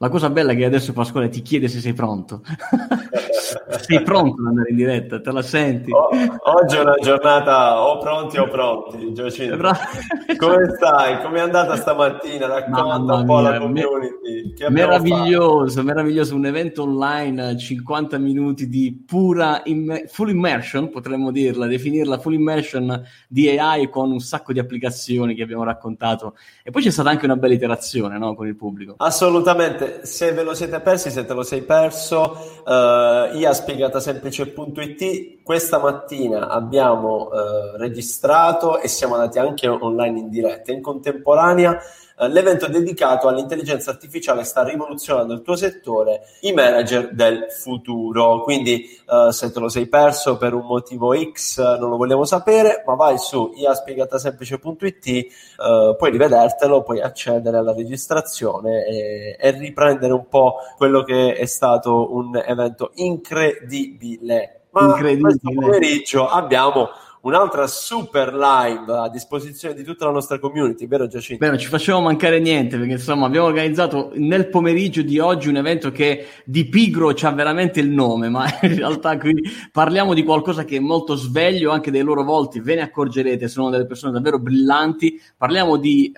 La cosa bella è che adesso Pasquale ti chiede se sei pronto. Sei pronto ad andare in diretta, te la senti? Oggi è una giornata o pronti, Giacinto. Come stai? Come è andata stamattina? Racconta un po' alla community. Meraviglioso, un evento online, 50 minuti di pura full immersion, potremmo definirla full immersion di AI con un sacco di applicazioni che abbiamo raccontato. E poi c'è stata anche una bella interazione, no, con il pubblico. Assolutamente. Se ve lo siete persi, se te lo sei perso, iaspiegatasemplice.it. Questa mattina abbiamo registrato e siamo andati anche online in diretta in contemporanea. L'evento dedicato all'intelligenza artificiale sta rivoluzionando il tuo settore, i manager del futuro. Quindi se te lo sei perso per un motivo X, non lo vogliamo sapere, ma vai su iaspiegatasemplice.it, puoi rivedertelo, puoi accedere alla registrazione e riprendere un po' quello che è stato un evento incredibile. Ma questo pomeriggio abbiamo un'altra super live a disposizione di tutta la nostra community, vero Giacinto? Beh, non ci facciamo mancare niente, perché insomma abbiamo organizzato nel pomeriggio di oggi un evento che di pigro c'ha veramente il nome, ma in realtà qui parliamo di qualcosa che è molto sveglio anche dai loro volti, ve ne accorgerete, sono delle persone davvero brillanti. Parliamo di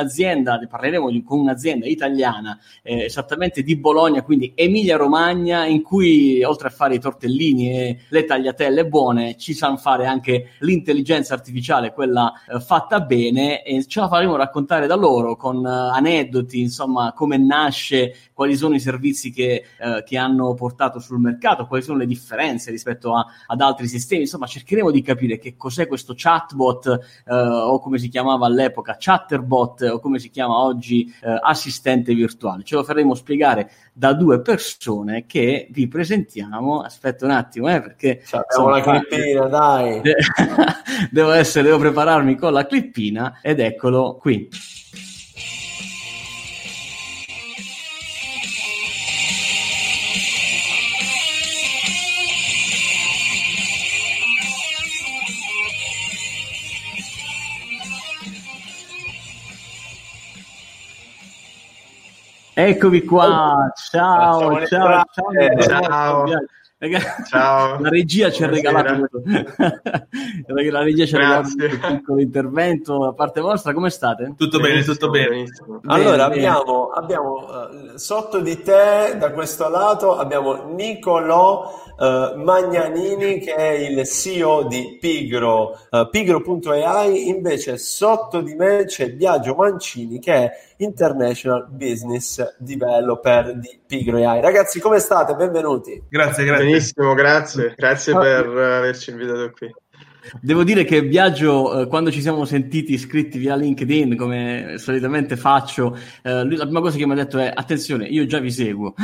con un'azienda italiana, esattamente di Bologna, quindi Emilia Romagna, in cui oltre a fare i tortellini e le tagliatelle buone ci sanno fare anche l'intelligenza artificiale, quella fatta bene, e ce la faremo raccontare da loro con aneddoti, insomma, come nasce, quali sono i servizi che hanno portato sul mercato, quali sono le differenze rispetto ad altri sistemi. Insomma, cercheremo di capire che cos'è questo chatbot, o come si chiamava all'epoca chatterbot, o come si chiama oggi assistente virtuale. Ce lo faremo spiegare da due persone che vi presentiamo. Aspetta un attimo, perché abbiamo la clippina, dai. Devo prepararmi con la clippina, ed eccolo qui. Eccovi qua, ciao. Ragazzi, ciao. La regia ci ha regalato un piccolo intervento da parte vostra. Come state? Tutto bene. Allora abbiamo sotto di te, da questo lato, abbiamo Nicolò Magnanini, che è il CEO di Pigro, Pigro.ai. Invece sotto di me c'è Biagio Mancini, che è International Business Developer di Pigro AI. Ragazzi, come state? Benvenuti. Grazie. Benissimo, grazie per averci invitato qui. Devo dire che Biagio, quando ci siamo sentiti iscritti via LinkedIn, come solitamente faccio, lui la prima cosa che mi ha detto è: attenzione, io già vi seguo.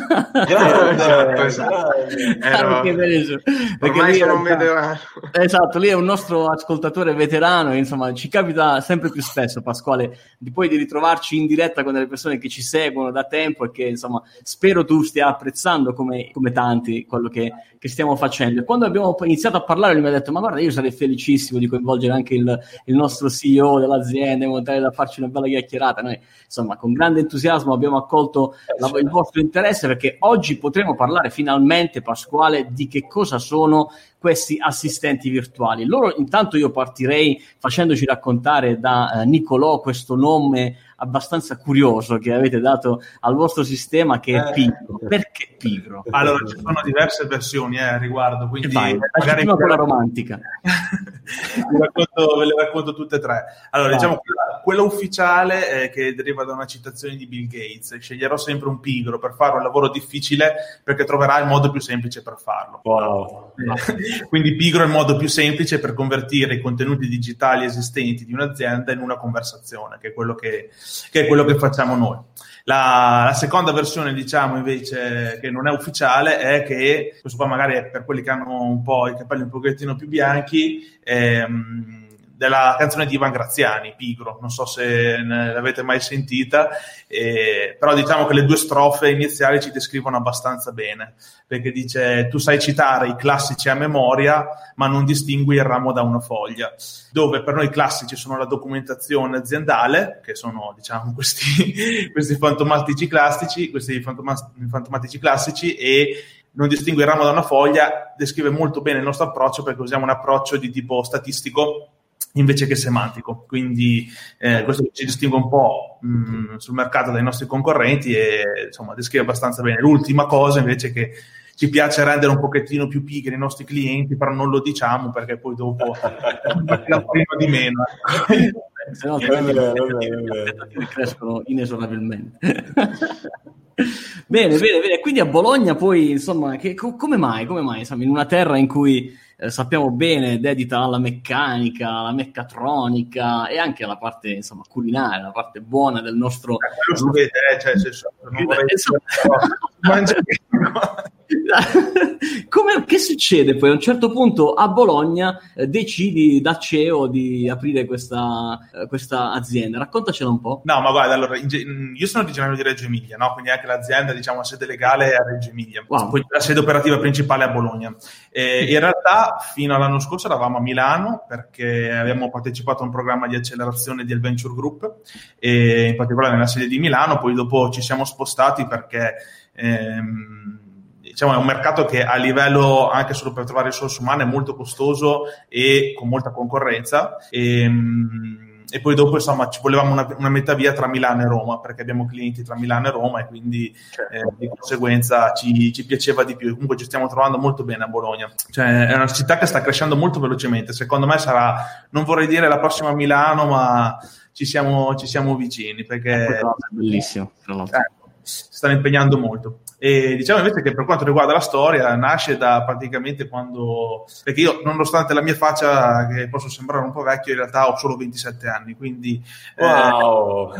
Ormai sono un veterano. Esatto, lui è un nostro ascoltatore veterano e insomma ci capita sempre più spesso, Pasquale, di ritrovarci in diretta con delle persone che ci seguono da tempo e che insomma spero tu stia apprezzando come tanti quello che stiamo facendo. E quando abbiamo iniziato a parlare lui mi ha detto: ma guarda, io sarei felicissimo di coinvolgere anche il nostro CEO dell'azienda, in modo tale da farci una bella chiacchierata. Noi insomma con grande entusiasmo abbiamo accolto il vostro interesse, perché oggi potremo parlare finalmente, Pasquale, di che cosa sono questi assistenti virtuali. Intanto io partirei facendoci raccontare da Nicolò questo nome abbastanza curioso che avete dato al vostro sistema, che è Pigro. Perché Pigro? Allora, ci sono diverse versioni a riguardo, quindi magari quella romantica. Ve le racconto tutte e tre. Allora, diciamo quella ufficiale, che deriva da una citazione di Bill Gates: sceglierò sempre un pigro per fare un lavoro difficile, perché troverà il modo più semplice per farlo. Wow. Quindi pigro è il modo più semplice per convertire i contenuti digitali esistenti di un'azienda in una conversazione, che è quello che facciamo noi. La seconda versione, diciamo, invece, che non è ufficiale, è che, questo qua magari è per quelli che hanno un po' i capelli un pochettino più bianchi, della canzone di Ivan Graziani, Pigro, non so se l'avete mai sentita, però diciamo che le 2 strofe iniziali ci descrivono abbastanza bene, perché dice: tu sai citare i classici a memoria, ma non distingui il ramo da una foglia, dove per noi i classici sono la documentazione aziendale, che sono, diciamo, questi fantomatici classici, e non distingue il ramo da una foglia descrive molto bene il nostro approccio, perché usiamo un approccio di tipo statistico invece che semantico, quindi questo ci distingue un po' sul mercato dai nostri concorrenti e insomma descrive abbastanza bene. L'ultima cosa invece che ci piace rendere un pochettino più pigri i nostri clienti, però non lo diciamo perché poi dopo prima di meno. Se no le aspettative crescono inesorabilmente. Bene, quindi a Bologna poi, insomma, come mai, insomma, in una terra in cui sappiamo bene dedita alla meccanica, alla meccatronica e anche alla parte, insomma, culinaria, la parte buona del nostro... Lo vede, cioè, non vorrei... Che succede poi? A un certo punto a Bologna decidi da CEO di aprire questa azienda. Raccontacela un po'. No, ma guarda, allora, io sono originario di Reggio Emilia, no? Quindi anche l'azienda, diciamo, la sede legale è a Reggio Emilia. Wow. Poi la sede operativa principale è a Bologna. In realtà fino all'anno scorso eravamo a Milano perché abbiamo partecipato a un programma di accelerazione del Venture Group, e in particolare nella sede di Milano. Poi dopo ci siamo spostati perché... diciamo, è un mercato che a livello anche solo per trovare risorse umane è molto costoso e con molta concorrenza, e poi dopo, insomma, ci volevamo una metà via tra Milano e Roma, perché abbiamo clienti tra Milano e Roma e quindi di conseguenza ci piaceva di più. Comunque ci stiamo trovando molto bene a Bologna, cioè è una città che sta crescendo molto velocemente. Secondo me sarà, non vorrei dire la prossima Milano, ma ci siamo vicini, perché è bellissimo, tra l'altro. Si stanno impegnando molto. E diciamo invece che per quanto riguarda la storia, nasce da praticamente quando... Perché io, nonostante la mia faccia, che posso sembrare un po' vecchio, in realtà ho solo 27 anni, quindi... Wow!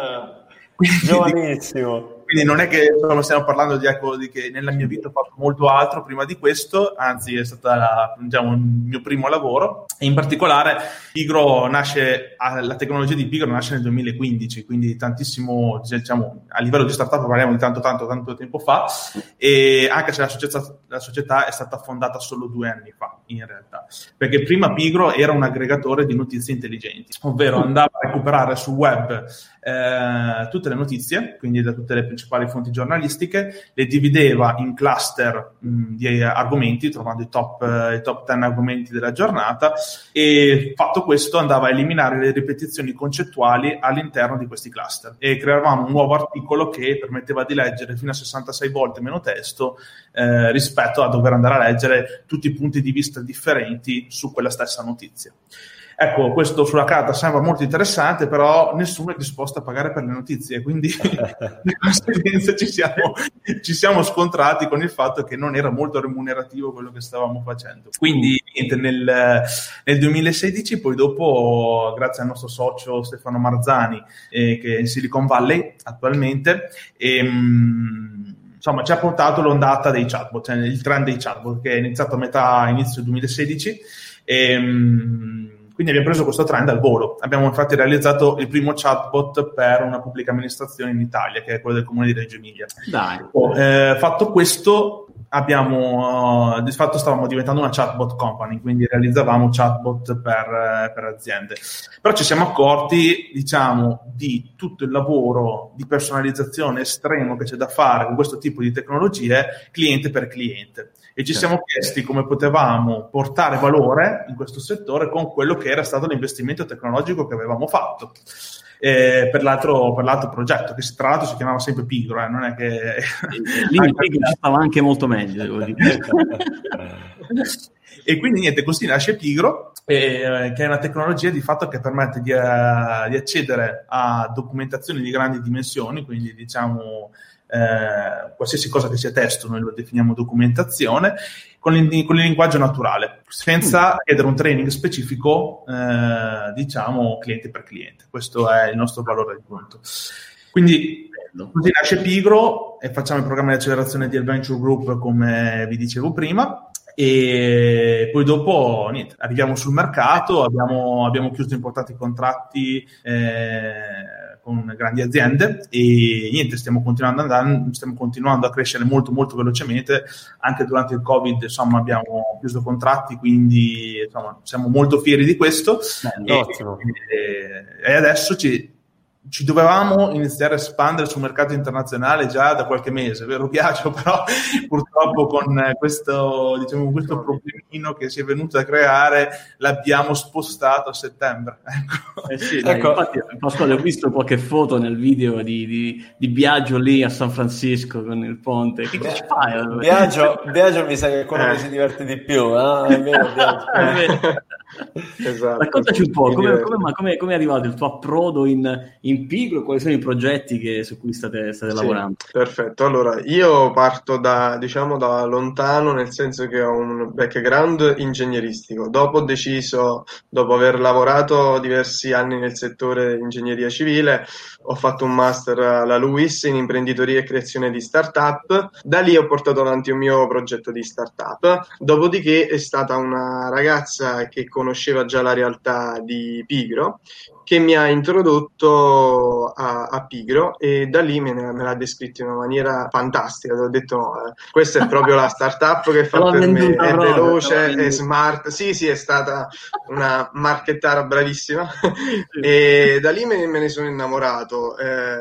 Giovanissimo! Quindi non è che stiamo parlando di che nella mia vita ho fatto molto altro prima di questo, anzi è stata diciamo il mio primo lavoro, e in particolare Pigro la tecnologia di Pigro nasce nel 2015, quindi tantissimo, diciamo, a livello di startup parliamo di tanto tempo fa, e anche se la società è stata fondata solo 2 anni fa in realtà, perché prima Pigro era un aggregatore di notizie intelligenti, ovvero andava a recuperare sul web tutte le notizie, quindi da tutte le principali fonti giornalistiche, le divideva in cluster di argomenti, trovando i top 10 argomenti della giornata, e fatto questo andava a eliminare le ripetizioni concettuali all'interno di questi cluster, e creavamo un nuovo articolo che permetteva di leggere fino a 66 volte meno testo rispetto a dover andare a leggere tutti i punti di vista differenti su quella stessa notizia. Ecco, questo sulla carta sembra molto interessante, però nessuno è disposto a pagare per le notizie, quindi di conseguenza ci siamo scontrati con il fatto che non era molto remunerativo quello che stavamo facendo. Quindi niente, nel 2016, poi dopo, grazie al nostro socio Stefano Marzani, che è in Silicon Valley attualmente, insomma, ci ha portato l'ondata dei chatbot, cioè il trend dei chatbot, che è iniziato a inizio 2016, quindi abbiamo preso questo trend al volo. Abbiamo infatti realizzato il primo chatbot per una pubblica amministrazione in Italia, che è quello del comune di Reggio Emilia. Dai. Fatto questo, di fatto stavamo diventando una chatbot company, quindi realizzavamo chatbot per aziende. Però ci siamo accorti, diciamo, di tutto il lavoro di personalizzazione estremo che c'è da fare con questo tipo di tecnologie, cliente per cliente. E ci siamo chiesti come potevamo portare valore in questo settore con quello che era stato l'investimento tecnologico che avevamo fatto per l'altro progetto, che tra l'altro si chiamava sempre Pigro, non è che... Lì Pigro stava anche molto meglio, devo dire. E quindi niente, così nasce Pigro, che è una tecnologia di fatto che permette di accedere a documentazioni di grandi dimensioni, quindi diciamo... qualsiasi cosa che sia testo noi lo definiamo documentazione, con il linguaggio naturale, senza chiedere un training specifico, diciamo cliente per cliente. Questo è il nostro valore aggiunto. Quindi così nasce Pigro e facciamo il programma di accelerazione di Venture Group, come vi dicevo prima, E poi dopo niente, arriviamo sul mercato, abbiamo chiuso importanti contratti con grandi aziende e niente, stiamo continuando a crescere molto molto velocemente. Anche durante il Covid insomma abbiamo chiuso contratti, quindi insomma siamo molto fieri di questo. Ottimo. E adesso ci dovevamo iniziare a espandere sul mercato internazionale già da qualche mese, vero Biagio? Però purtroppo con questo problemino che si è venuto a creare l'abbiamo spostato a settembre. Ecco. Infatti, Pasquale, ho visto qualche foto nel video di Biagio lì a San Francisco con il ponte. Che ci fai? Biagio mi sa che è quello che si diverte di più, è vero, Biagio. Esatto. Raccontaci un po', come è arrivato il tuo approdo in Pigro, quali sono i progetti su cui state lavorando? Perfetto, allora io parto da lontano, nel senso che ho un background ingegneristico. Dopo aver lavorato diversi anni nel settore ingegneria civile, ho fatto un master alla LUISS in imprenditoria e creazione di startup. Da lì ho portato avanti un mio progetto di startup. Dopodiché è stata una ragazza che conosceva già la realtà di Pigro che mi ha introdotto a Pigro, e da lì me l'ha descritto in una maniera fantastica. Ho detto no, questa è proprio la startup che fa per me, è veloce, è smart. Sì, è stata una marchettara bravissima. E da lì me ne sono innamorato,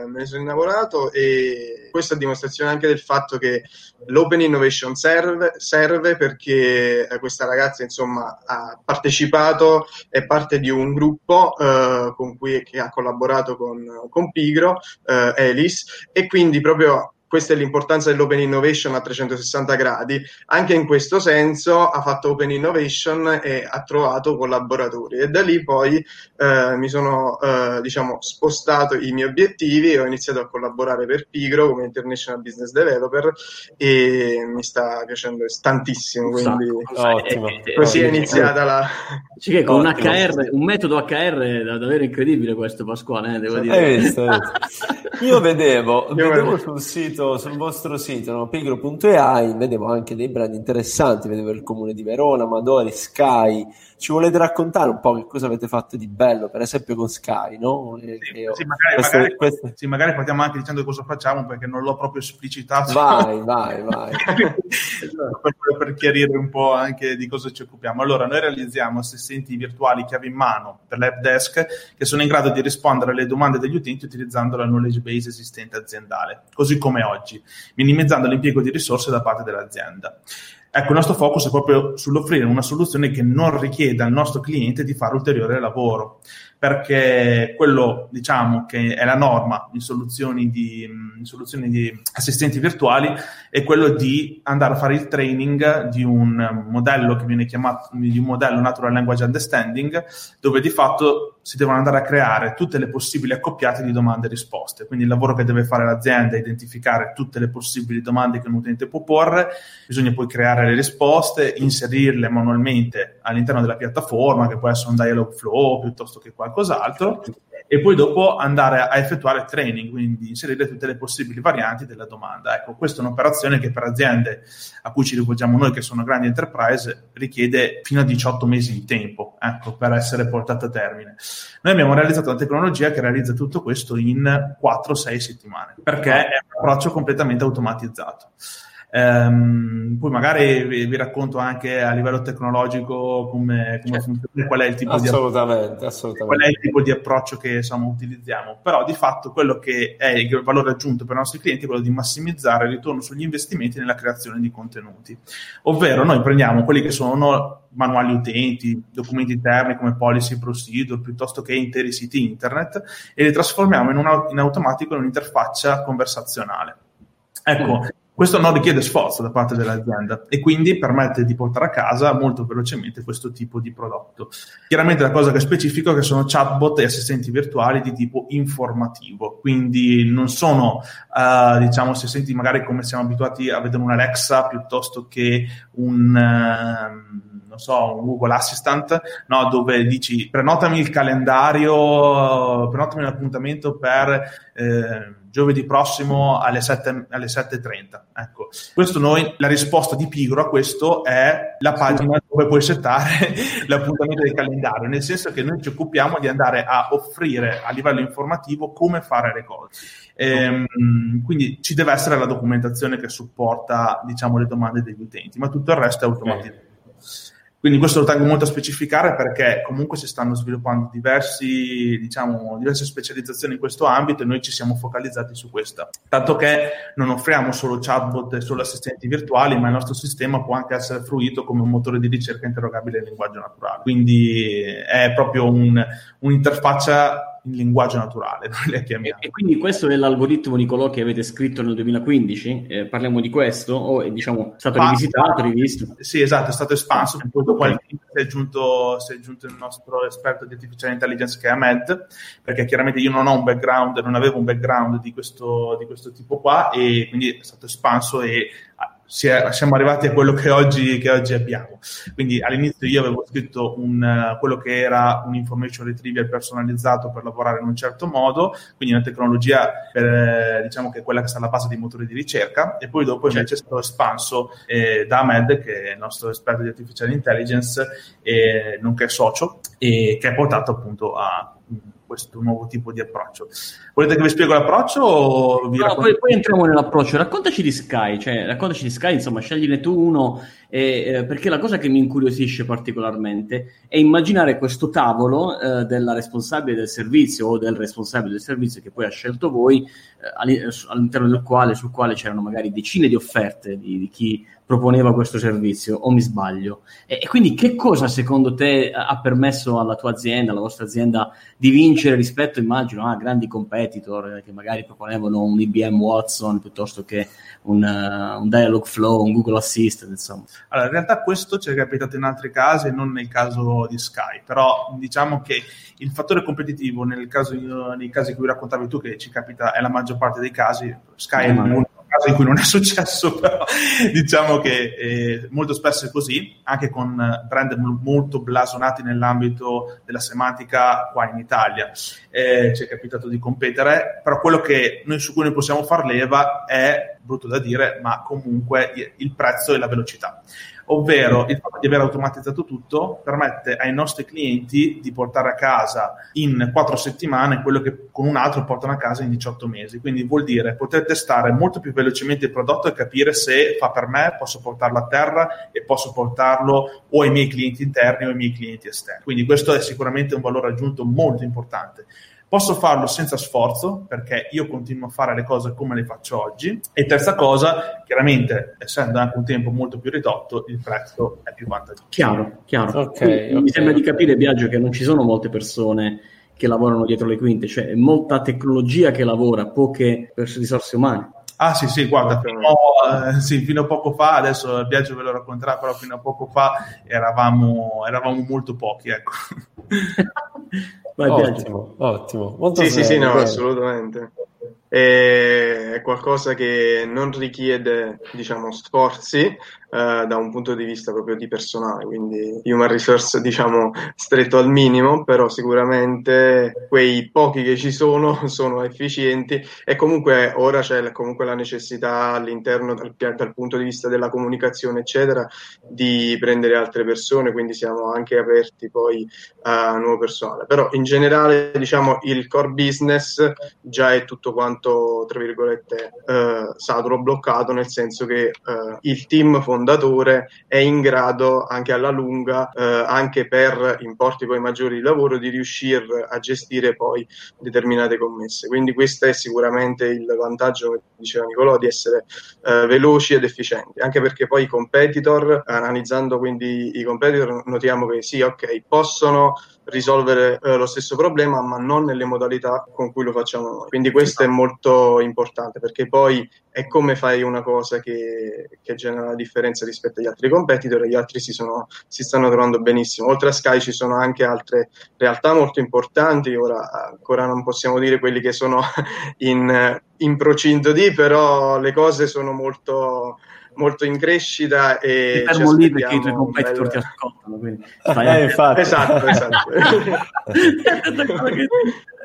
e questa è dimostrazione anche del fatto che l'open innovation serve perché questa ragazza insomma ha partecipato, è parte di un gruppo che ha collaborato con Pigro, Elis, e quindi proprio questa è l'importanza dell'open innovation a 360 gradi. Anche in questo senso ha fatto open innovation e ha trovato collaboratori, e da lì poi mi sono spostato i miei obiettivi e ho iniziato a collaborare per Pigro come International Business Developer, e mi sta piacendo tantissimo, quindi così è iniziata la... Che con un metodo HR davvero incredibile questo, Pasquale, devo dire. Hai visto? Io vedevo sul vostro sito, no? Pigro.ai, vedevo anche dei brand interessanti, vedevo il Comune di Verona, Madori, Sky. Ci volete raccontare un po' che cosa avete fatto di bello, per esempio con Sky, no? Magari partiamo anche dicendo cosa facciamo, perché non l'ho proprio esplicitato. Vai. per chiarire un po' anche di cosa ci occupiamo. Allora, noi realizziamo assistenti virtuali chiave in mano per l'help desk che sono in grado di rispondere alle domande degli utenti utilizzando la knowledge base esistente aziendale, così come oggi, minimizzando l'impiego di risorse da parte dell'azienda. Ecco, il nostro focus è proprio sull'offrire una soluzione che non richieda al nostro cliente di fare ulteriore lavoro, perché quello, diciamo, che è la norma in soluzioni di assistenti virtuali è quello di andare a fare il training di un modello che viene chiamato di un modello Natural Language Understanding, dove di fatto si devono andare a creare tutte le possibili accoppiate di domande e risposte. Quindi il lavoro che deve fare l'azienda è identificare tutte le possibili domande che un utente può porre, bisogna poi creare le risposte, inserirle manualmente all'interno della piattaforma, che può essere un dialog flow piuttosto che qualcos'altro, e poi dopo andare a effettuare training, quindi inserire tutte le possibili varianti della domanda. Ecco, questa è un'operazione che per aziende a cui ci rivolgiamo noi, che sono grandi enterprise, richiede fino a 18 mesi di tempo, ecco, per essere portata a termine. Noi abbiamo realizzato una tecnologia che realizza tutto questo in 4-6 settimane, perché è un approccio completamente automatizzato. Poi magari vi racconto anche a livello tecnologico come funziona, qual è il tipo assolutamente. Qual è il tipo di approccio che utilizziamo. Però di fatto quello che è il valore aggiunto per i nostri clienti è quello di massimizzare il ritorno sugli investimenti nella creazione di contenuti, ovvero noi prendiamo quelli che sono manuali utenti, documenti interni come policy procedure, piuttosto che interi siti internet, e li trasformiamo in automatico in un'interfaccia conversazionale. Ecco, questo non richiede sforzo da parte dell'azienda e quindi permette di portare a casa molto velocemente questo tipo di prodotto. Chiaramente la cosa che è specifica è che sono chatbot e assistenti virtuali di tipo informativo, quindi non sono assistenti magari come siamo abituati a vedere un Alexa piuttosto che un Google Assistant, no, dove dici prenotami il calendario, prenotami un appuntamento per giovedì prossimo alle 7:30. Ecco, questo la risposta di Pigro a questo è la pagina dove puoi settare l'appuntamento del calendario, nel senso che noi ci occupiamo di andare a offrire a livello informativo come fare le cose. Quindi ci deve essere la documentazione che supporta, diciamo, le domande degli utenti, ma tutto il resto è automatizzato. Quindi questo lo tengo molto a specificare, perché comunque si stanno sviluppando diverse specializzazioni in questo ambito e noi ci siamo focalizzati su questa. Tanto che non offriamo solo chatbot e solo assistenti virtuali, ma il nostro sistema può anche essere fruito come un motore di ricerca interrogabile in linguaggio naturale. Quindi è proprio un'interfaccia in linguaggio naturale, noi le chiamiamo. E quindi questo è l'algoritmo, Nicolò, che avete scritto nel 2015? Parliamo di questo? O è, diciamo, stato rivisitato, rivisto? Sì, esatto, è stato espanso. Poi dopo si è aggiunto il nostro esperto di artificial intelligence, che è Ahmed, perché chiaramente io non avevo un background di questo tipo qua, e quindi è stato espanso e siamo arrivati a quello che oggi abbiamo. Quindi all'inizio io avevo scritto quello che era un information retrieval personalizzato per lavorare in un certo modo, quindi una tecnologia diciamo che è quella che sta alla base dei motori di ricerca, e poi dopo invece è stato espanso da Ahmed, che è il nostro esperto di artificial intelligence, nonché socio, e che ha portato appunto a questo nuovo tipo di approccio. Volete che vi spiego l'approccio o poi entriamo nell'approccio. Raccontaci di Sky, insomma, scegliene tu uno, perché la cosa che mi incuriosisce particolarmente è immaginare questo tavolo della responsabile del servizio o del responsabile del servizio che poi ha scelto voi, all'interno sul quale c'erano magari decine di offerte di chi proponeva questo servizio, o mi sbaglio? E quindi che cosa secondo te ha permesso alla tua azienda, alla vostra azienda, di vincere rispetto, immagino, a grandi competitor che magari proponevano un IBM Watson piuttosto che un Dialogflow, un Google Assistant, insomma? Allora, in realtà questo ci è capitato in altri casi, non nel caso di Sky, però diciamo che il fattore competitivo nei casi in cui raccontavi tu, che ci capita, è la maggior parte dei casi. Sky è un caso in cui non è successo, però diciamo che molto spesso è così, anche con brand molto blasonati nell'ambito della semantica qua in Italia. Ci è capitato di competere, però quello su cui noi possiamo far leva è, brutto da dire, ma comunque il prezzo e la velocità. Ovvero il fatto di aver automatizzato tutto permette ai nostri clienti di portare a casa in 4 settimane quello che con un altro portano a casa in 18 mesi. Quindi vuol dire poter testare molto più velocemente il prodotto e capire se fa per me, posso portarlo a terra e posso portarlo o ai miei clienti interni o ai miei clienti esterni. Quindi questo è sicuramente un valore aggiunto molto importante. Posso farlo senza sforzo, perché io continuo a fare le cose come le faccio oggi. E terza cosa, chiaramente, essendo anche un tempo molto più ridotto, il prezzo è più vantaggioso. Chiaro. Mi sembra di capire, Biagio, che non ci sono molte persone che lavorano dietro le quinte, cioè è molta tecnologia che lavora, poche risorse umane. Ah sì, guarda, fino a poco fa, adesso il Biagio ve lo racconterà, però fino a poco fa eravamo molto pochi, ecco. Vai, ottimo. Molto sì, no, assolutamente. È qualcosa che non richiede, diciamo, sforzi da un punto di vista proprio di personale, quindi human resource, diciamo, stretto al minimo, però sicuramente quei pochi che ci sono efficienti, e comunque ora c'è comunque la necessità all'interno dal punto di vista della comunicazione, eccetera, di prendere altre persone, quindi siamo anche aperti poi a nuovo personale. Però in generale, diciamo, il core business già è tutto quanto, tra virgolette, saturo, bloccato, nel senso che il team fondatore è in grado anche alla lunga, anche per importi poi maggiori di lavoro, di riuscire a gestire poi determinate commesse. Quindi questo è sicuramente il vantaggio, come diceva Nicolò, di essere veloci ed efficienti, anche perché poi i competitor, analizzando quindi i competitor, notiamo che sì, ok, possono risolvere lo stesso problema, ma non nelle modalità con cui lo facciamo noi. Quindi questo è molto importante, perché poi è come fai una cosa che genera la differenza rispetto agli altri competitor, e gli altri si stanno trovando benissimo. Oltre a Sky ci sono anche altre realtà molto importanti, ora ancora non possiamo dire quelli che sono in procinto di, però le cose sono molto in crescita e ci fermo lì perché i tuoi competitor ti ascoltano, quindi infatti. Esatto.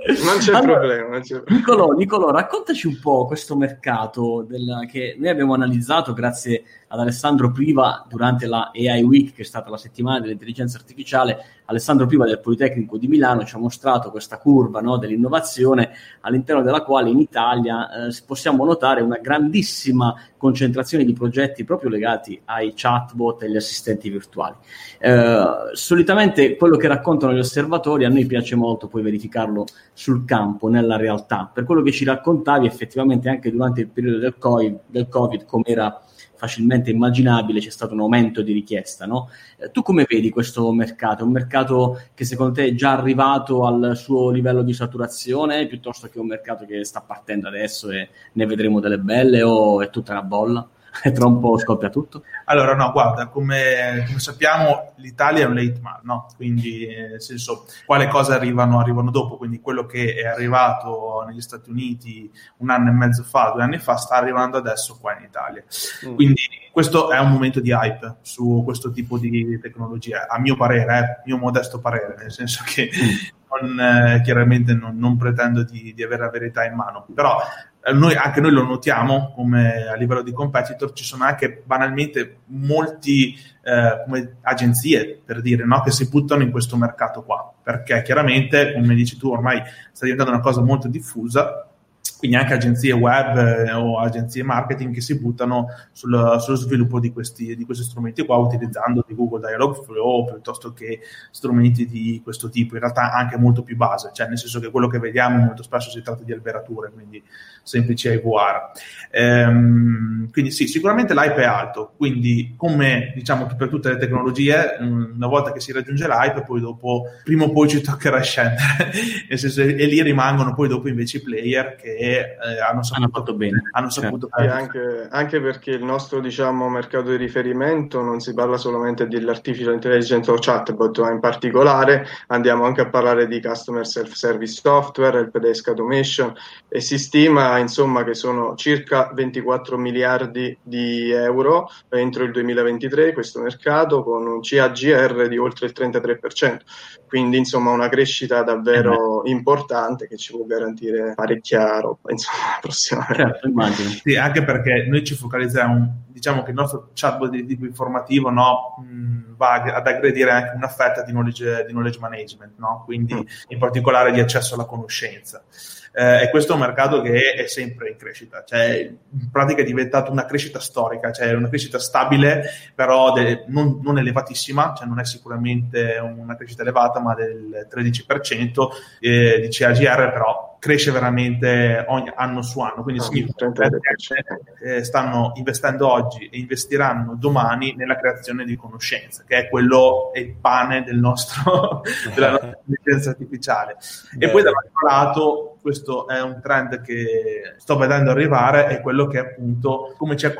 Non c'è problema. Nicolò, raccontaci un po' questo mercato che noi abbiamo analizzato grazie ad Alessandro Priva durante la AI Week, che è stata la settimana dell'intelligenza artificiale. Alessandro Priva del Politecnico di Milano ci ha mostrato questa curva, no, dell'innovazione, all'interno della quale in Italia possiamo notare una grandissima concentrazione di progetti proprio legati ai chatbot e agli assistenti virtuali. Solitamente quello che raccontano gli osservatori a noi piace molto poi verificarlo sul campo, nella realtà. Per quello che ci raccontavi, effettivamente anche durante il periodo del Covid, come era facilmente immaginabile, c'è stato un aumento di richiesta, no? Tu come vedi questo mercato? È un mercato che secondo te è già arrivato al suo livello di saturazione, piuttosto che un mercato che sta partendo adesso e ne vedremo delle belle, o è tutta una bolla? E tra un po' scoppia tutto? Allora, no, guarda, come sappiamo l'Italia è un late man, no? Quindi, nel senso, quale cose arrivano dopo, quindi quello che è arrivato negli Stati Uniti 1 anno e mezzo fa, 2 anni fa, sta arrivando adesso qua in Italia. Quindi questo è un momento di hype su questo tipo di tecnologia, a mio parere, mio modesto parere, nel senso che chiaramente non pretendo di avere la verità in mano, però anche noi lo notiamo come a livello di competitor. Ci sono anche banalmente molti come agenzie, per dire, no, che si buttano in questo mercato qua, perché chiaramente, come dici tu, ormai sta diventando una cosa molto diffusa, quindi anche agenzie web o agenzie marketing che si buttano sullo sviluppo di questi strumenti qua, utilizzando di Google Dialogflow piuttosto che strumenti di questo tipo, in realtà anche molto più base, cioè nel senso che quello che vediamo molto spesso si tratta di alberature, quindi semplici IVR. Quindi sì, sicuramente l'hype è alto, quindi come diciamo per tutte le tecnologie, una volta che si raggiunge l'hype, poi dopo prima o poi ci toccherà scendere, nel senso, e lì rimangono poi dopo invece i player che hanno fatto bene, hanno saputo fare. Anche perché il nostro, diciamo, mercato di riferimento non si parla solamente dell'artificial intelligence o chatbot, ma in particolare andiamo anche a parlare di customer self-service software, help desk automation, e si stima insomma che sono circa 24 miliardi di euro entro il 2023 questo mercato, con un CAGR di oltre il 33%, quindi insomma una crescita davvero importante che ci può garantire parecchia roba, insomma, prossimamente. Certo, immagino. Sì, anche perché noi ci focalizziamo, diciamo che il nostro chatbot di tipo informativo, no, va ad aggredire anche una fetta di knowledge management, no? Quindi in particolare di accesso alla conoscenza. E questo è un mercato che è sempre in crescita, cioè in pratica è diventato una crescita storica, cioè una crescita stabile, però non elevatissima, cioè non è sicuramente una crescita elevata, ma del 13% di CAGR, però cresce veramente ogni anno su anno, quindi significa che stanno investendo oggi e investiranno domani nella creazione di conoscenza, che è il pane della nostra intelligenza artificiale. E poi dall'altro lato, questo è un trend che sto vedendo arrivare, è quello che appunto, come c'è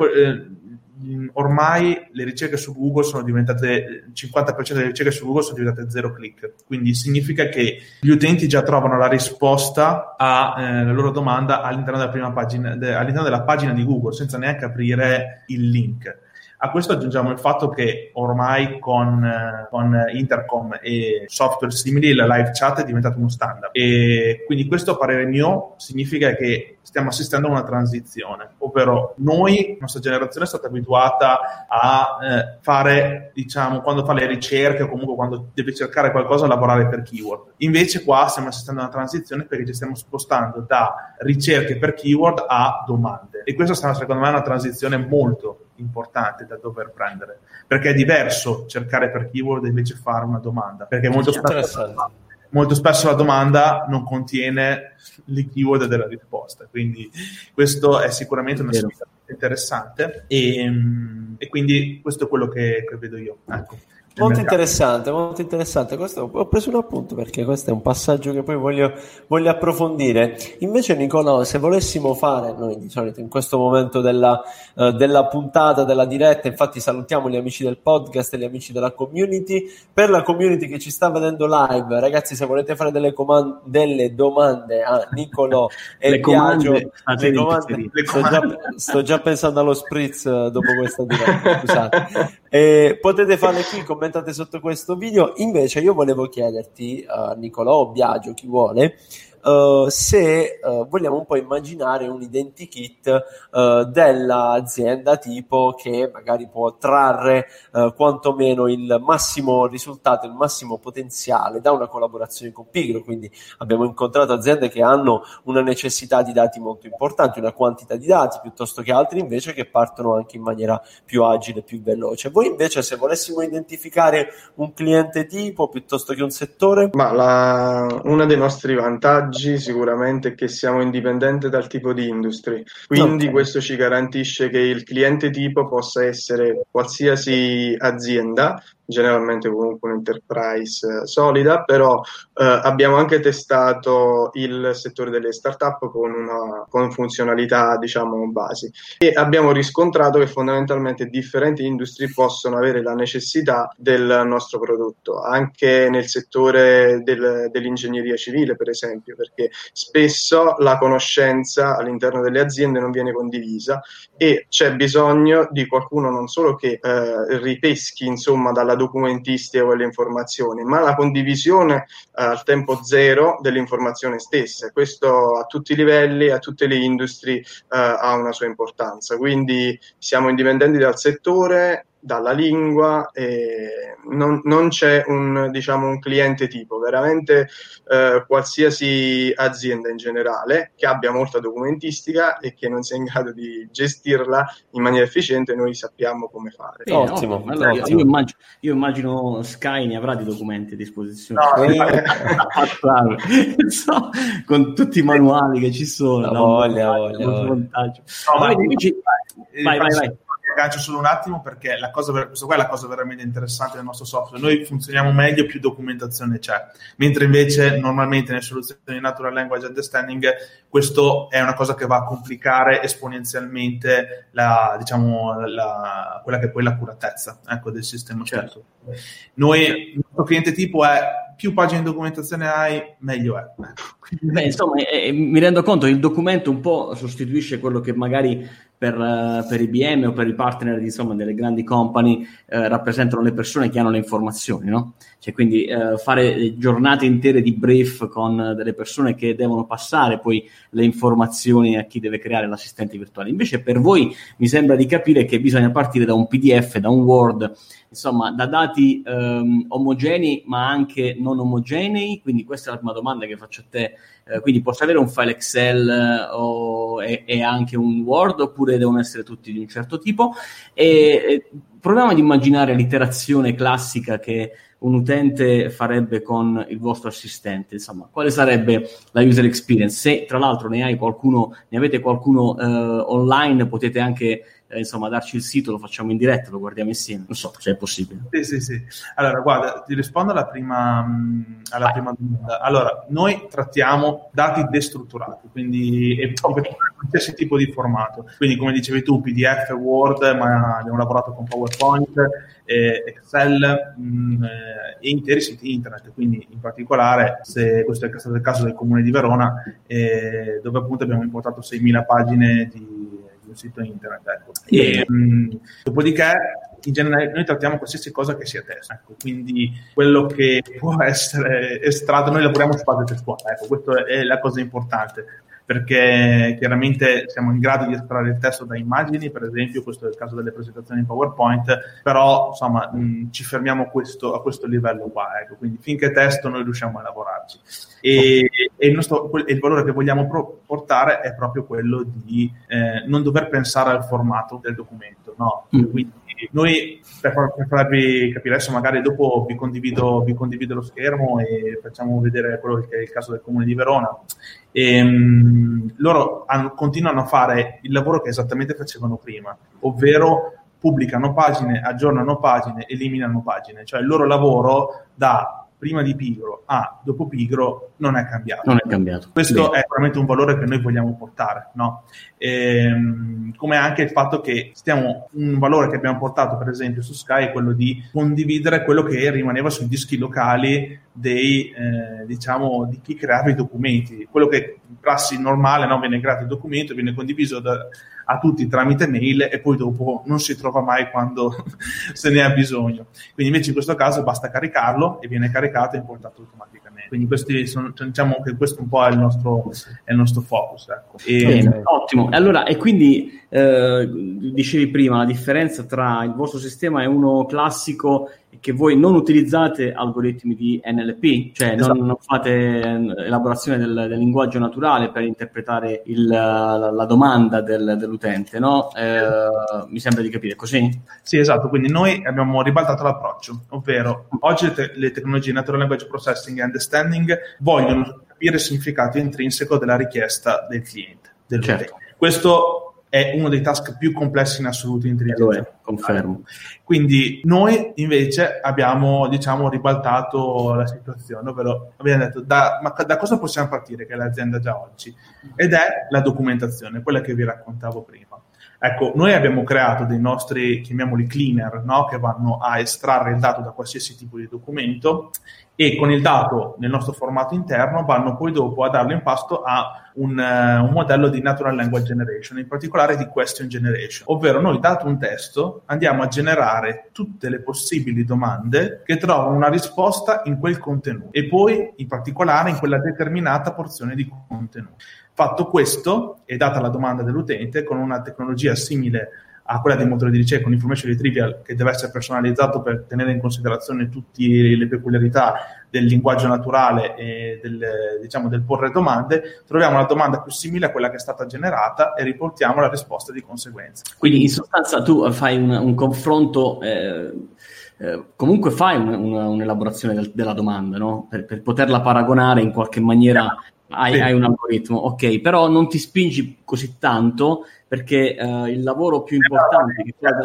ormai le ricerche su Google sono diventate, il 50% delle ricerche su Google sono diventate 0 click, quindi significa che gli utenti già trovano la risposta alla loro domanda all'interno della prima pagina, all'interno della pagina di Google, senza neanche aprire il link. A questo aggiungiamo il fatto che ormai con Intercom e software simili la live chat è diventato uno standard, e quindi questo, a parere mio, significa che stiamo assistendo a una transizione, ovvero noi, la nostra generazione è stata abituata a fare, diciamo, quando fa le ricerche o comunque quando deve cercare qualcosa, a lavorare per keyword. Invece qua stiamo assistendo a una transizione perché ci stiamo spostando da ricerche per keyword a domande, e questa sarà, secondo me, una transizione molto importante da dover prendere, perché è diverso cercare per keyword e invece fare una domanda, perché molto spesso la domanda non contiene le keyword della risposta, quindi questo è sicuramente una sfida interessante, e quindi questo è quello che vedo io, ecco. Molto interessante. Questo ho preso un appunto, perché questo è un passaggio che poi voglio approfondire. Invece, Nicolò, se volessimo fare, noi di solito in questo momento della puntata, della diretta, infatti salutiamo gli amici del podcast e gli amici della community. Per la community che ci sta vedendo live, ragazzi, se volete fare delle domande a Nicolò e Biagio, sto già pensando allo spritz dopo questa diretta, scusate. Potete farle qui, commentate sotto questo video. Invece io volevo chiederti, Nicolò o Biagio, chi vuole, se vogliamo un po' immaginare un identikit dell'azienda tipo che magari può trarre quantomeno il massimo risultato, il massimo potenziale da una collaborazione con Pigro. Quindi abbiamo incontrato aziende che hanno una necessità di dati molto importante, una quantità di dati, piuttosto che altri invece che partono anche in maniera più agile, più veloce. Voi invece, se volessimo identificare un cliente tipo piuttosto che un settore? Ma uno dei nostri vantaggi sicuramente è che siamo indipendenti dal tipo di industry, quindi questo ci garantisce che il cliente tipo possa essere qualsiasi azienda, generalmente comunque un'enterprise solida, però abbiamo anche testato il settore delle startup con funzionalità, diciamo, basi, e abbiamo riscontrato che fondamentalmente differenti industrie possono avere la necessità del nostro prodotto, anche nel settore dell'ingegneria civile, per esempio, perché spesso la conoscenza all'interno delle aziende non viene condivisa e c'è bisogno di qualcuno non solo che ripeschi, insomma, dalla documentistica quelle informazioni, ma la condivisione al tempo zero dell'informazione stessa. Questo a tutti i livelli, a tutte le industrie ha una sua importanza. Quindi siamo indipendenti dal settore, dalla lingua, e non c'è un cliente tipo, veramente qualsiasi azienda in generale che abbia molta documentistica e che non sia in grado di gestirla in maniera efficiente, noi sappiamo come fare. Ottimo. Allora, io immagino Sky ne avrà di documenti a disposizione. No, con tutti i manuali che ci sono. Voglia. Vai. Aggancio solo un attimo, perché questa qua è la cosa veramente interessante del nostro software. Noi funzioniamo meglio più documentazione c'è, mentre invece normalmente nelle soluzioni di Natural Language Understanding questo è una cosa che va a complicare esponenzialmente quella che è poi l'accuratezza, ecco, del sistema. Certo. Noi, il nostro cliente tipo è: più pagine di documentazione hai, meglio è. Beh, insomma, mi rendo conto che il documento un po' sostituisce quello che magari per IBM o per i partner, insomma, delle grandi company rappresentano le persone che hanno le informazioni, no? Cioè, quindi fare giornate intere di brief con delle persone che devono passare poi le informazioni a chi deve creare l'assistente virtuale. Invece per voi mi sembra di capire che bisogna partire da un PDF, da un Word, insomma, da dati omogenei ma anche non omogenei. Quindi questa è la prima domanda che faccio a te. Quindi posso avere un file Excel e anche un Word, oppure devono essere tutti di un certo tipo? E proviamo ad immaginare l'iterazione classica che un utente farebbe con il vostro assistente. Insomma, quale sarebbe la user experience? Se tra l'altro ne avete qualcuno online, potete anche insomma darci il sito, lo facciamo in diretta, lo guardiamo insieme, non so se è possibile. Sì. Allora, guarda, ti rispondo alla prima domanda. Allora, noi trattiamo dati destrutturati, quindi qualsiasi tipo di formato, quindi come dicevi tu, PDF, Word, ma abbiamo lavorato con PowerPoint, Excel e interi siti internet. Quindi in particolare, se questo è stato il caso del Comune di Verona, dove appunto abbiamo importato 6.000 pagine di un sito internet, ecco. E dopodiché in generale noi trattiamo qualsiasi cosa che sia testo, ecco. Quindi quello che può essere estratto, noi lavoriamo su base testuale, ecco. Questa è la cosa importante, perché chiaramente siamo in grado di estrarre il testo da immagini, per esempio, questo è il caso delle presentazioni in PowerPoint, però insomma ci fermiamo a questo livello qua, ecco. Quindi finché testo noi riusciamo a lavorarci, e il valore che vogliamo portare è proprio quello di non dover pensare al formato del documento, no? Quindi noi, per farvi capire, adesso magari dopo vi condivido lo schermo e facciamo vedere quello che è il caso del Comune di Verona. Loro continuano a fare il lavoro che esattamente facevano prima, ovvero pubblicano pagine, aggiornano pagine, eliminano pagine. Cioè il loro lavoro da prima di Pigro a dopo Pigro non è cambiato. Questo è veramente un valore che noi vogliamo portare, no? Come anche il fatto che un valore che abbiamo portato per esempio su Sky è quello di condividere quello che rimaneva sui dischi locali di chi creava i documenti. Quello che in prassi normale, no, viene creato il documento, viene condiviso a tutti tramite mail e poi dopo non si trova mai quando se ne ha bisogno. Quindi invece in questo caso basta caricarlo e viene caricato e importato automaticamente. Quindi diciamo che questo un po' è il nostro focus. Ecco. Ottimo. Allora, e quindi dicevi prima, la differenza tra il vostro sistema è uno classico, che voi non utilizzate algoritmi di NLP, cioè non fate elaborazione del linguaggio naturale per interpretare la domanda dell'utente, no? Mi sembra di capire, così? Sì, esatto, quindi noi abbiamo ribaltato l'approccio, ovvero oggi le tecnologie Natural Language Processing e Understanding vogliono capire il significato intrinseco della richiesta del cliente, dell'utente. Certo. Questo è uno dei task più complessi in assoluto in intelligenza. Confermo. Quindi noi invece abbiamo, ribaltato la situazione, ovvero abbiamo detto da cosa possiamo partire, che è l'azienda già oggi, ed è la documentazione, quella che vi raccontavo prima. Ecco, noi abbiamo creato dei nostri, chiamiamoli cleaner, no? Che vanno a estrarre il dato da qualsiasi tipo di documento e con il dato nel nostro formato interno vanno poi dopo a darlo in pasto a un modello di Natural Language Generation, in particolare di Question Generation, ovvero noi, dato un testo, andiamo a generare tutte le possibili domande che trovano una risposta in quel contenuto e poi in particolare in quella determinata porzione di contenuto. Fatto questo, e data la domanda dell'utente, con una tecnologia simile a quella dei motori di ricerca, un information retrieval che deve essere personalizzato per tenere in considerazione tutte le peculiarità del linguaggio naturale e del porre domande, troviamo la domanda più simile a quella che è stata generata e riportiamo la risposta di conseguenza. Quindi in sostanza tu fai un confronto, comunque fai un'elaborazione della domanda, no? Per poterla paragonare in qualche maniera. Hai un algoritmo, ok, però non ti spingi così tanto perché il lavoro più importante, che è quello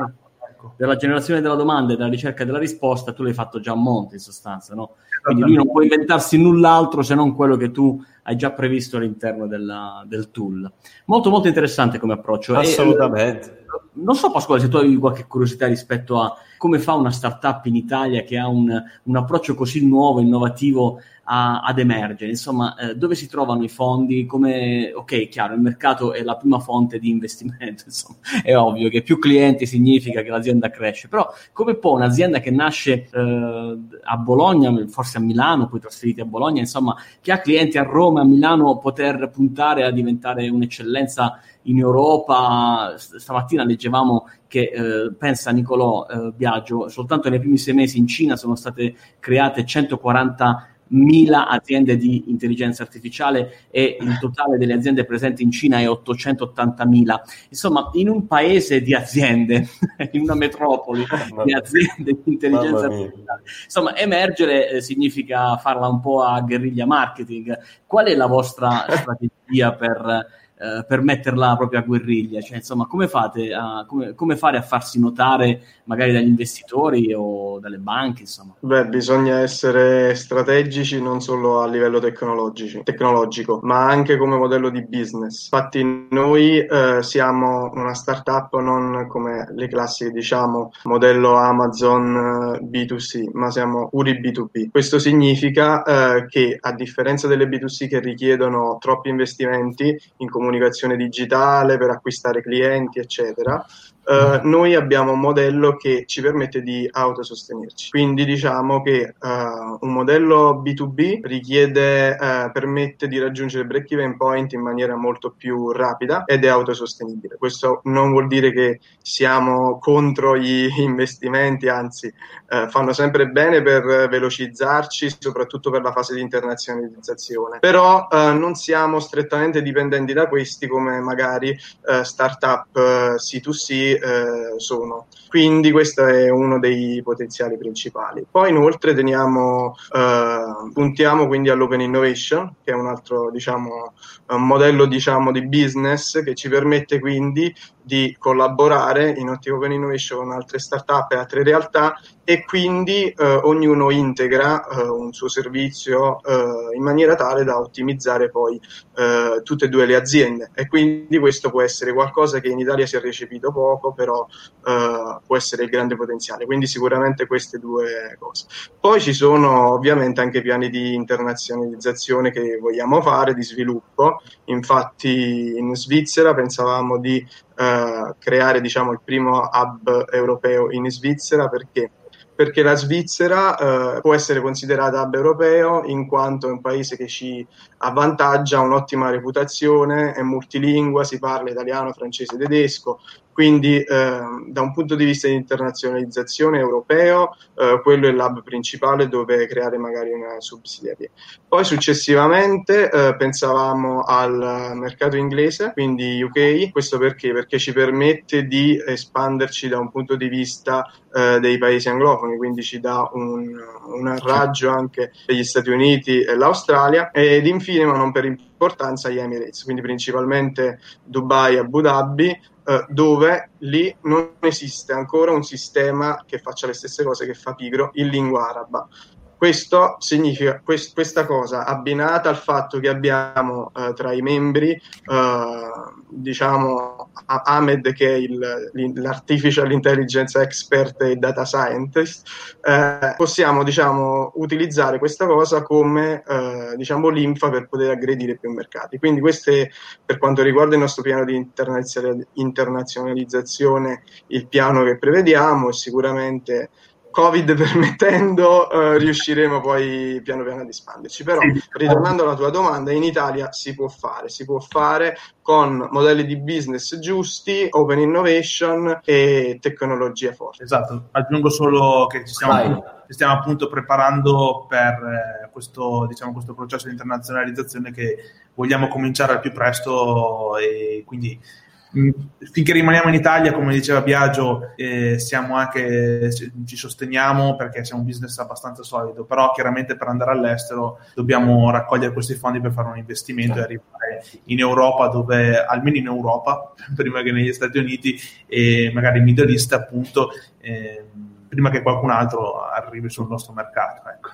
della generazione della domanda e della ricerca della risposta, tu l'hai fatto già a monte in sostanza, no? Quindi lui non può inventarsi null'altro se non quello che tu hai già previsto all'interno del tool. Molto molto interessante come approccio. Assolutamente. Non so, Pasquale, se tu avevi qualche curiosità rispetto a come fa una startup in Italia che ha un approccio così nuovo, innovativo ad emergere, insomma, dove si trovano i fondi, ok, chiaro, il mercato è la prima fonte di investimento, insomma, è ovvio che più clienti significa che l'azienda cresce, però come può un'azienda che nasce a Bologna, forse a Milano, poi trasferiti a Bologna, insomma, che ha clienti a Roma, a Milano, poter puntare a diventare un'eccellenza in Europa? Stamattina leggevamo che, pensa Nicolò Biagio, soltanto nei primi 6 mesi in Cina sono state create 140.000 aziende di intelligenza artificiale e il totale delle aziende presenti in Cina è 880.000. Insomma, in un paese di aziende, in una metropoli di aziende di intelligenza artificiale, insomma, emergere significa farla un po' a guerriglia marketing. Qual è la vostra strategia per metterla proprio a guerriglia? Cioè, insomma, come fate come fare a farsi notare magari dagli investitori o dalle banche, insomma? Beh, bisogna essere strategici non solo a livello tecnologico, ma anche come modello di business. Infatti noi siamo una startup non come le classiche, diciamo, modello Amazon B2C, ma siamo puri B2B. Questo significa che a differenza delle B2C che richiedono troppi investimenti in comunicazione digitale per acquistare clienti, eccetera, noi abbiamo un modello che ci permette di autosostenerci. Quindi diciamo che un modello B2B permette di raggiungere break-even point in maniera molto più rapida ed è autosostenibile. Questo non vuol dire che siamo contro gli investimenti, anzi fanno sempre bene per velocizzarci, soprattutto per la fase di internazionalizzazione. Però non siamo strettamente dipendenti da questi come magari startup C2C sono. Quindi questo è uno dei potenziali principali. Poi inoltre puntiamo quindi all'open innovation, che è un altro, diciamo, modello, diciamo, di business che ci permette quindi di collaborare in Ottica Open Innovation con altre startup e altre realtà, e quindi ognuno integra un suo servizio in maniera tale da ottimizzare poi tutte e due le aziende, e quindi questo può essere qualcosa che in Italia si è recepito poco, però può essere il grande potenziale. Quindi sicuramente queste due cose. Poi ci sono ovviamente anche piani di internazionalizzazione che vogliamo fare, di sviluppo. Infatti in Svizzera pensavamo di creare, diciamo, il primo hub europeo in Svizzera. Perché la Svizzera può essere considerata hub europeo in quanto è un paese che ci avvantaggia, un'ottima reputazione, è multilingua, si parla italiano, francese, tedesco, quindi da un punto di vista di internazionalizzazione europeo quello è l'hub principale dove creare magari una subsidiaria. Poi successivamente pensavamo al mercato inglese, quindi UK. Questo perché ci permette di espanderci da un punto di vista dei paesi anglofoni, quindi ci dà un raggio anche degli Stati Uniti e l'Australia, ed infine, ma non per importanza, gli Emirates, quindi principalmente Dubai e Abu Dhabi, dove lì non esiste ancora un sistema che faccia le stesse cose che fa Pigro in lingua araba. Questo significa, questa cosa abbinata al fatto che abbiamo tra i membri diciamo Ahmed, che è l'artificial intelligence expert e data scientist, possiamo, diciamo, utilizzare questa cosa come diciamo linfa per poter aggredire più mercati. Quindi queste, per quanto riguarda il nostro piano di internazionalizzazione, il piano che prevediamo, e sicuramente Covid permettendo riusciremo poi piano piano ad espanderci. Però ritornando alla tua domanda, in Italia si può fare con modelli di business giusti, open innovation e tecnologia forte. Esatto, aggiungo solo che ci stiamo appunto preparando per questo processo di internazionalizzazione che vogliamo cominciare al più presto, e quindi finché rimaniamo in Italia, come diceva Biagio, ci sosteniamo perché siamo un business abbastanza solido, però chiaramente per andare all'estero dobbiamo raccogliere questi fondi per fare un investimento e arrivare in Europa, dove almeno in Europa, prima che negli Stati Uniti e magari in Middle East, appunto, prima che qualcun altro arrivi sul nostro mercato, ecco.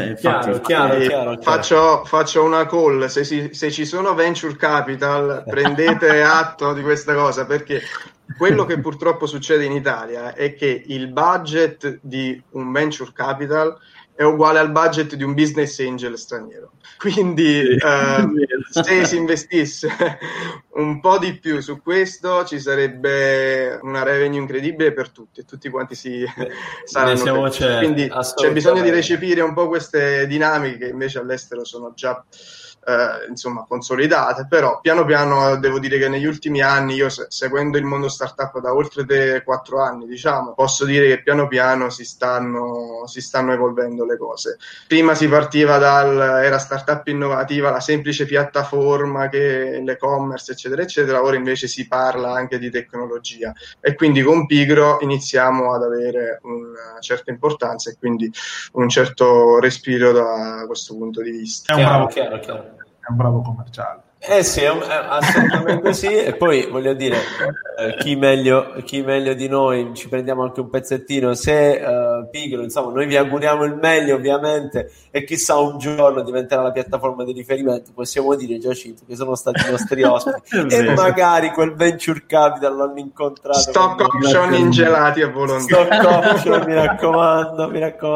Chiaro. Faccio una call: se ci sono venture capital, prendete atto di questa cosa, perché quello che purtroppo succede in Italia è che il budget di un venture capital è uguale al budget di un business angel straniero. Quindi se si investisse un po' di più su questo, ci sarebbe una revenue incredibile per tutti, e tutti quanti saranno quindi c'è bisogno di recepire un po' queste dinamiche che invece all'estero sono già insomma consolidate. Però piano piano devo dire che negli ultimi anni, io seguendo il mondo startup da oltre 4 anni, diciamo, posso dire che piano piano si stanno evolvendo le cose. Prima si partiva era startup innovativa, la semplice piattaforma, che l'e-commerce eccetera eccetera, ora invece si parla anche di tecnologia, e quindi con Pigro iniziamo ad avere una certa importanza e quindi un certo respiro da questo punto di vista. Chiaro. È un bravo commerciale. Sì, è assolutamente sì. E poi voglio dire, chi meglio di noi, ci prendiamo anche un pezzettino. Se Pigro, insomma, noi vi auguriamo il meglio ovviamente, e chissà un giorno diventerà la piattaforma di riferimento, possiamo dire, Giacinto, che sono stati i nostri ospiti e magari quel venture capital l'hanno incontrato. Stock option ingelati a volontà. Stock option, mi raccomando.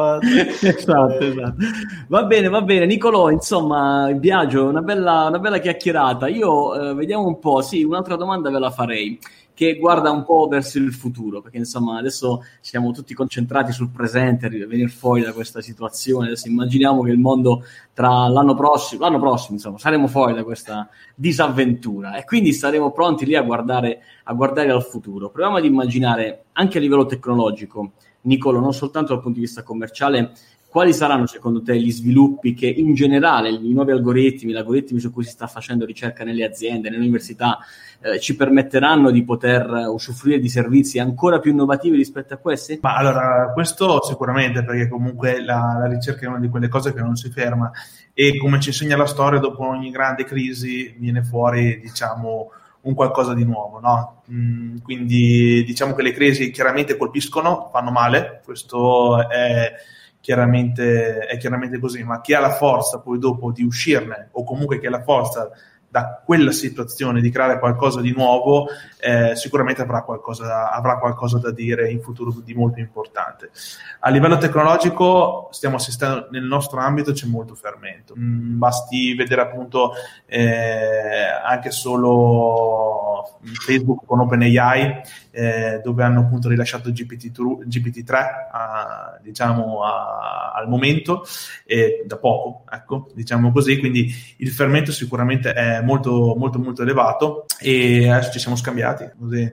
Esatto. Va bene, Nicolò, insomma, Biagio, una bella chiacchierata. Io vediamo un po', sì, un'altra domanda ve la farei, che guarda un po' verso il futuro, perché insomma adesso siamo tutti concentrati sul presente, venire fuori da questa situazione. Adesso immaginiamo che il mondo tra l'anno prossimo insomma saremo fuori da questa disavventura, e quindi saremo pronti lì a guardare al futuro. Proviamo ad immaginare anche a livello tecnologico, Nicolo, non soltanto dal punto di vista commerciale, quali saranno secondo te gli sviluppi che in generale i nuovi algoritmi, gli algoritmi su cui si sta facendo ricerca nelle aziende, nelle università, ci permetteranno di poter usufruire di servizi ancora più innovativi rispetto a questi? Ma allora, questo sicuramente, perché comunque la ricerca è una di quelle cose che non si ferma, e come ci insegna la storia, dopo ogni grande crisi viene fuori, diciamo, un qualcosa di nuovo, no? Quindi diciamo che le crisi chiaramente colpiscono, fanno male, questo è chiaramente così, ma chi ha la forza poi dopo di uscirne, o comunque chi ha la forza da quella situazione di creare qualcosa di nuovo, sicuramente avrà qualcosa da dire in futuro di molto importante. A livello tecnologico stiamo assistendo, nel nostro ambito c'è molto fermento, basti vedere appunto anche solo Facebook con OpenAI, dove hanno appunto rilasciato GPT-3 al momento, da poco, ecco, diciamo così, quindi il fermento sicuramente è molto molto molto elevato, e adesso ci siamo scambiati così.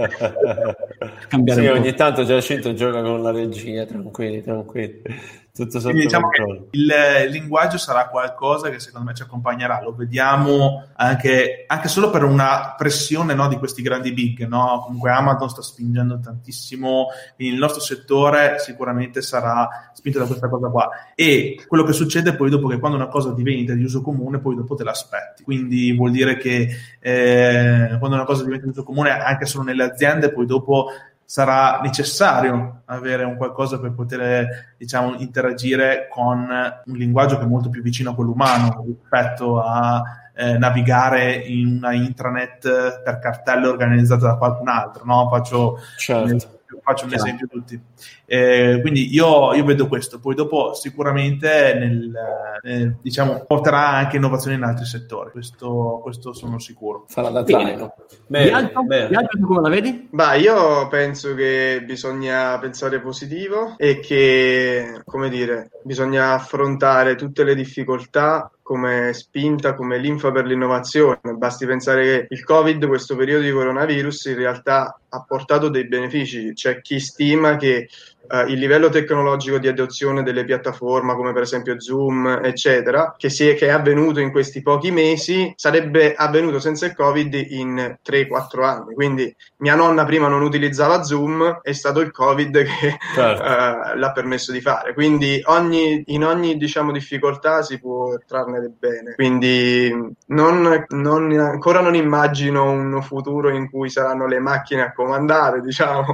Sì, ogni tanto Giacinto gioca con la regia, tranquilli, tutto sotto diciamo controllo. Che il linguaggio sarà qualcosa che secondo me ci accompagnerà, lo vediamo anche solo per una pressione, no, di questi grandi big, no? Comunque Amazon sta spingendo tantissimo, quindi il nostro settore sicuramente sarà spinto da questa cosa qua, e quello che succede poi dopo, che quando una cosa diventa di uso comune poi dopo te l'aspetti, quindi vuol dire che quando una cosa diventa di uso comune anche solo nelle aziende, poi dopo sarà necessario avere un qualcosa per poter, diciamo, interagire con un linguaggio che è molto più vicino a quello umano rispetto a navigare in una intranet per cartelle organizzate da qualcun altro, no? Faccio un esempio tutti. Quindi io vedo questo, poi dopo sicuramente diciamo porterà anche innovazione in altri settori, questo sono sicuro. Farà da traino. Biagio, tu come la vedi? Io penso che bisogna pensare positivo e che, come dire, bisogna affrontare tutte le difficoltà come spinta, come linfa per l'innovazione. Basti pensare che il Covid, questo periodo di coronavirus, in realtà ha portato dei benefici. C'è chi stima che il livello tecnologico di adozione delle piattaforme come per esempio Zoom eccetera, che è avvenuto in questi pochi mesi, sarebbe avvenuto senza il Covid in 3-4 anni. Quindi mia nonna prima non utilizzava Zoom, è stato il Covid che l'ha permesso di fare. Quindi in ogni diciamo difficoltà si può trarne del bene. Quindi ancora non immagino un futuro in cui saranno le macchine a comandare, diciamo,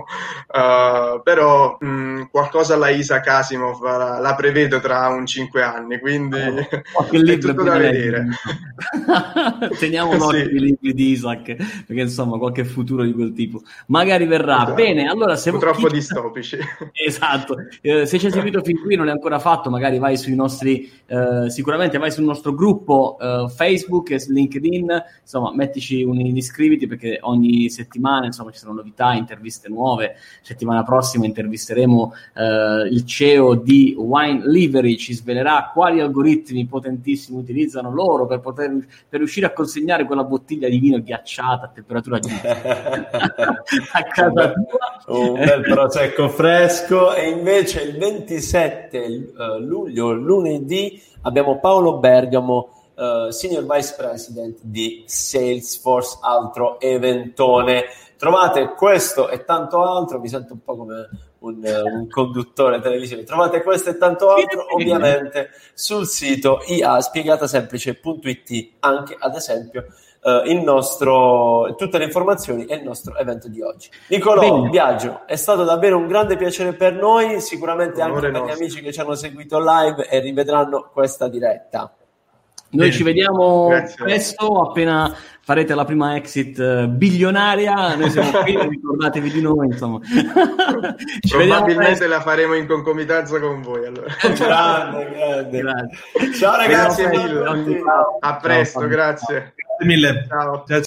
però qualcosa la Isaac Asimov la prevedo tra un 5 anni, quindi è tutto da vedere. Teniamo l'occhio i libri di Isaac, perché insomma qualche futuro di quel tipo magari verrà. Esatto. Bene, allora purtroppo distopici. Esatto. Se ci hai seguito fin qui non l'hai ancora fatto, magari vai sui nostri sicuramente vai sul nostro gruppo Facebook e LinkedIn, insomma iscriviti, perché ogni settimana insomma ci sono novità, interviste nuove. Settimana prossima intervisteremo il CEO di Wine Livery, ci svelerà quali algoritmi potentissimi utilizzano loro per riuscire a consegnare quella bottiglia di vino ghiacciata a temperatura giusta a casa tua. Un bel prosecco fresco. E invece il 27 luglio, lunedì, abbiamo Paolo Bergamo, Senior Vice President di Salesforce, altro eventone. Trovate questo e tanto altro, mi sento un po' come un conduttore televisivo. Trovate questo e tanto altro ovviamente sul sito iaspiegatasemplice.it, anche ad esempio tutte le informazioni e il nostro evento di oggi. Nicolò, Biagio, è stato davvero un grande piacere per noi, sicuramente anche per gli amici che ci hanno seguito live e rivedranno questa diretta. Noi ci vediamo presto, appena farete la prima exit bilionaria, noi siamo qui, ricordatevi di noi, insomma. Probabilmente la faremo in concomitanza con voi, allora. Grande. Ciao ragazzi, grazie mille. A presto, grazie. Grazie mille. Ciao.